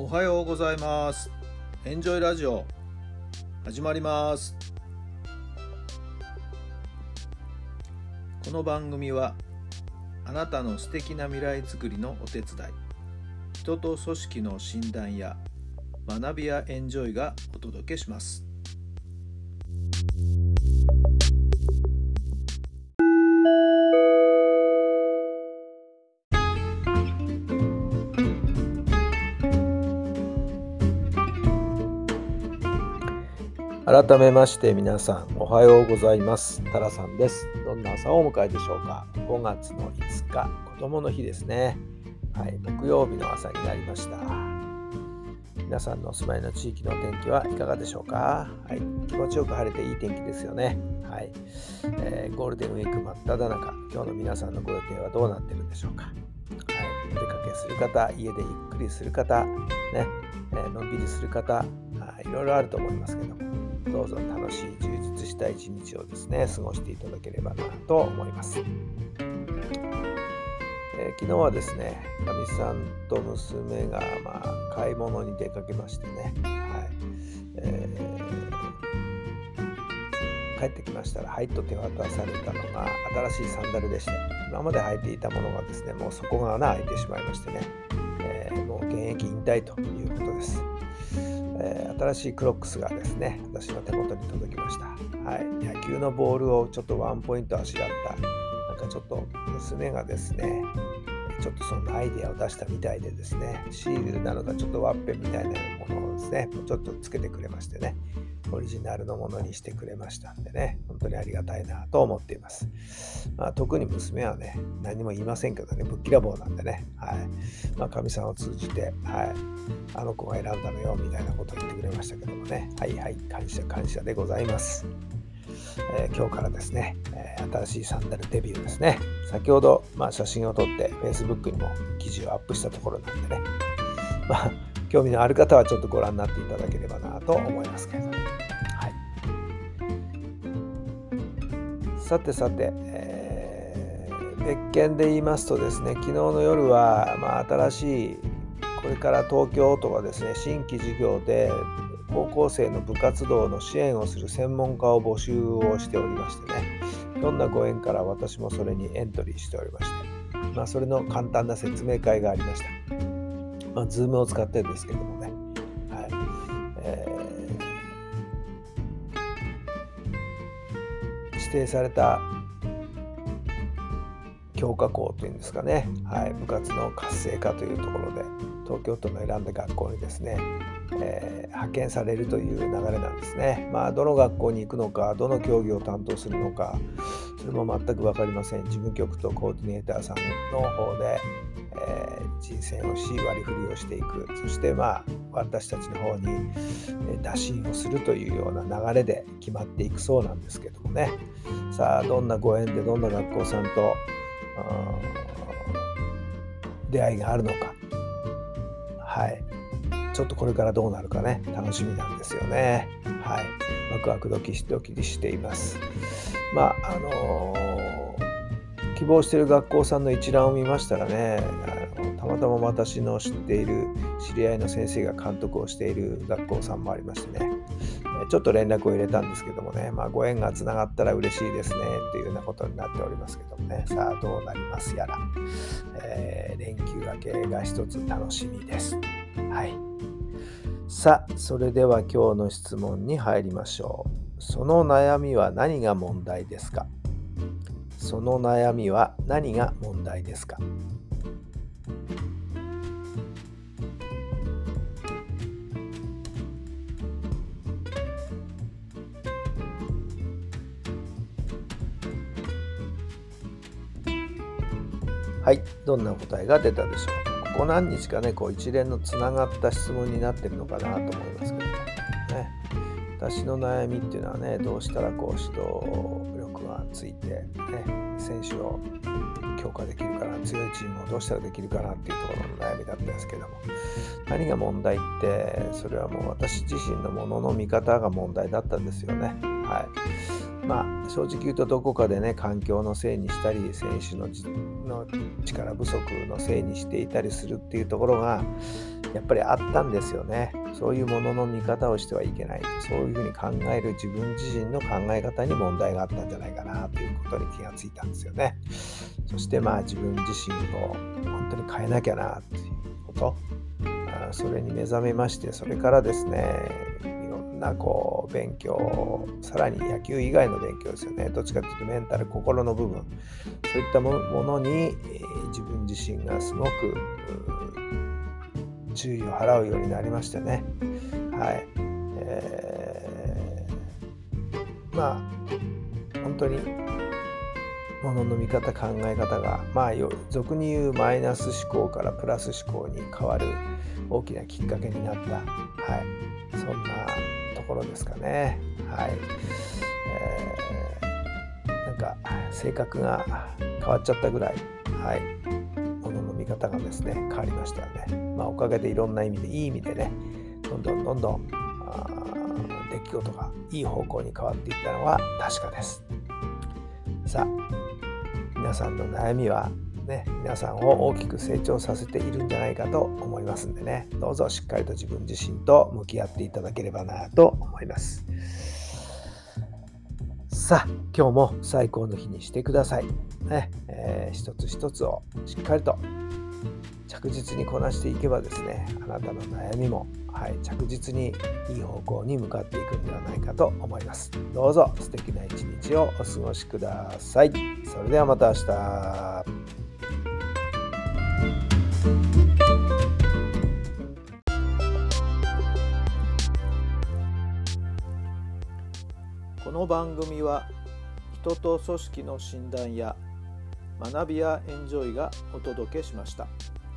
おはようございます。エンジョイラジオ始まります。この番組はあなたの素敵な未来づくりのお手伝い、人と組織の診断や学びやエンジョイがお届けします。改めまして皆さんおはようございます。タラさんです。どんな朝をお迎えでしょうか。5月の5日、子供の日ですね。木曜日の朝になりました。皆さんのお住まいの地域の天気はいかがでしょうか。気持ちよく晴れていい天気ですよね。ゴールデンウィーク真っ只中、今日の皆さんのご予定はどうなっているでしょうか。お出かけする方、家でゆっくりする方、のんびりする方、いろいろあると思いますけども、どうぞ楽しい充実した一日をですね過ごしていただければなと思います。昨日はですね、かみさんと娘が買い物に出かけましてね、帰ってきましたらと手渡されたのが新しいサンダルでして、今まで履いていたものがですねもう底が穴開いてしまいましてね、もう現役引退ということです。新しいクロックスがですね私の手元に届きました。野球のボールをちょっとワンポイントあしらったちょっと娘がですねちょっとそのアイデアを出したみたいでですね、シールなのかちょっとワッペンみたいなものをですねちょっとつけてくれましてね、オリジナルのものにしてくれましたんでね、本当にありがたいなと思っています。特に娘はね何も言いませんけどね、ぶっきらぼうなんでね、かみさんを通じて、あの子が選んだのよみたいなことを言ってくれましたけどもね、感謝でございます。今日からですね、新しいサンダルデビューですね。先ほど、写真を撮って Facebook にも記事をアップしたところなんでね、興味のある方はちょっとご覧になっていただければなと思いますけれども、さて、別件で言いますとですね、昨日の夜は、新しいこれから東京都がですね新規事業で高校生の部活動の支援をする専門家を募集をしておりましてね、ひょんなご縁から私もそれにエントリーしておりまして、それの簡単な説明会がありました。Zoom を使ってですけどもね、指定された強化校というんですかね、部活の活性化というところで東京都の選んだ学校にですね、派遣されるという流れなんですね。どの学校に行くのか、どの競技を担当するのか、それも全く分かりません。事務局とコーディネーターさんの方で、人選をし割り振りをしていく、そして私たちの方に打診をするというような流れで決まっていくそうなんですけどもね、さあどんなご縁でどんな学校さんと出会いがあるのか、ちょっとこれからどうなるかね楽しみなんですよね。ワクワクドキドキしています。希望している学校さんの一覧を見ましたらね、たまたま私の知っている知り合いの先生が監督をしている学校さんもありましてね、ちょっと連絡を入れたんですけどもね、ご縁がつながったら嬉しいですねっていうようなことになっておりますけどもね、さあどうなりますやら、連休明けが一つ楽しみです。さあそれでは今日の質問に入りましょう。その悩みは何が問題ですか？その悩みは何が問題ですか？どんな答えが出たでしょうか。ここ何日かね一連のつながった質問になってるのかなと思いますけどもね、私の悩みっていうのはね、どうしたら指導力がついて、選手を強化できるかな、強いチームをどうしたらできるかなっていうところの悩みだったんですけども、何が問題って、それはもう私自身のものの見方が問題だったんですよね。 正直言うとどこかでね、環境のせいにしたり、選手の力不足のせいにしていたりするっていうところがやっぱりあったんですよね。そういうものの見方をしてはいけない。そういうふうに考える自分自身の考え方に問題があったんじゃないかなということに気がついたんですよね。そして自分自身を本当に変えなきゃなっていうこと、それに目覚めまして、それからですね、いろんな勉強、さらに野球以外の勉強ですよね。どっちかというとメンタル、心の部分、そういったものに、自分自身がすごく注意を払うようになりましてね。はい。本当に物の見方、考え方が、俗に言うマイナス思考からプラス思考に変わる大きなきっかけになった、そんなところですかね。なんか性格が変わっちゃったぐらい、物の見方がですね、変わりましたよね。おかげでいろんな意味で、いい意味でね、どんどん出来事がいい方向に変わっていったのは確かです。さあ、皆さんの悩みはね、皆さんを大きく成長させているんじゃないかと思いますんでね、どうぞしっかりと自分自身と向き合っていただければなと思います。さあ、今日も最高の日にしてください。一つ一つをしっかりと着実にこなしていけばですね、あなたの悩みも、着実にいい方向に向かっていくんではないかと思います。どうぞ素敵な一日をお過ごしください。それではまた明日。この番組は人と組織の診断や学びやエンジョイがお届けしました。